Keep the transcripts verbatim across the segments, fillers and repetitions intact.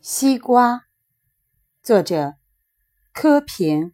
西瓜，作者柯平。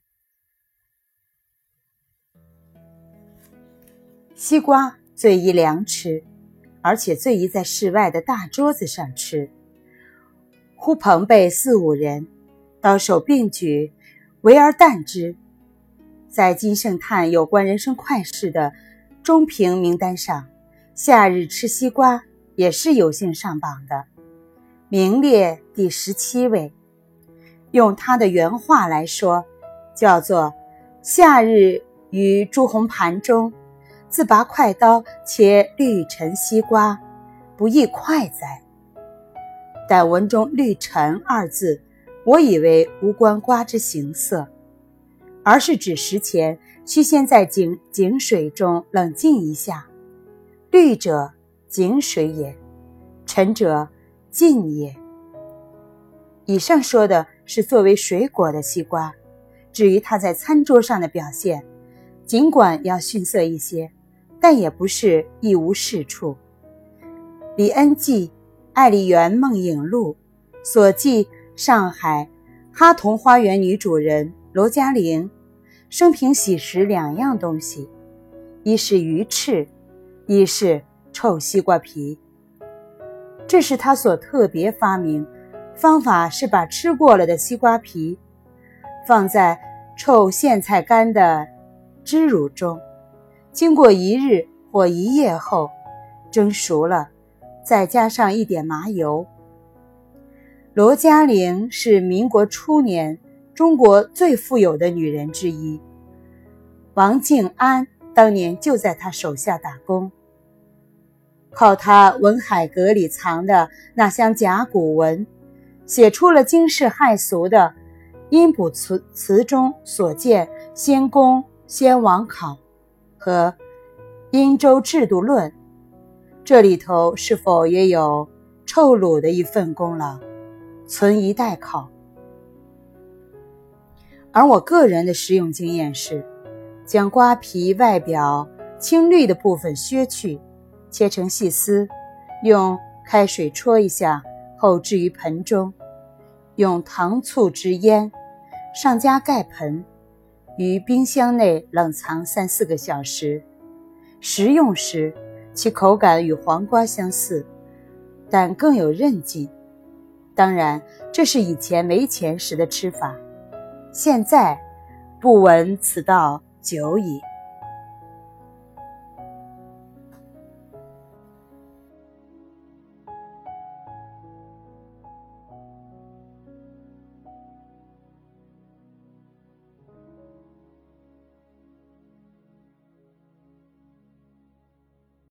西瓜最宜凉吃，而且最宜在室外的大桌子上吃。呼朋辈四五人，刀手并举，围而啖之。在金圣叹有关人生快事的中评名单上，夏日吃西瓜也是有幸上榜的，名列第十七位。用他的原话来说，叫做夏日于朱红盘中，自拔快刀切绿陈西瓜，不亦快哉。但文中绿陈二字，我以为无关瓜之形色，而是指食前须先在井井水中冷静一下。绿者井水也，陈者浸也。以上说的是作为水果的西瓜，至于它在餐桌上的表现，尽管要逊色一些，但也不是一无是处。李恩记《爱丽园梦影录》所记上海哈同花园女主人罗嘉玲生平喜食两样东西，一是鱼翅，一是臭西瓜皮。这是他所特别发明，方法是把吃过了的西瓜皮放在臭苋菜干的汁乳中，经过一日或一夜后蒸熟了，再加上一点麻油。罗嘉玲是民国初年中国最富有的女人之一，王静安当年就在她手下打工，靠她文海阁里藏的那箱甲骨文，写出了惊世骇俗的阴卜辞词中所见先公先王考和殷周制度论，这里头是否也有臭卤的一份功劳，存疑待考。而我个人的食用经验是，将瓜皮外表青绿的部分削去，切成细丝，用开水戳一下后置于盆中，用糖醋汁腌，上加盖盆，于冰箱内冷藏三四个小时。食用时其口感与黄瓜相似，但更有韧劲。当然这是以前没钱时的吃法，现在不闻此道久矣。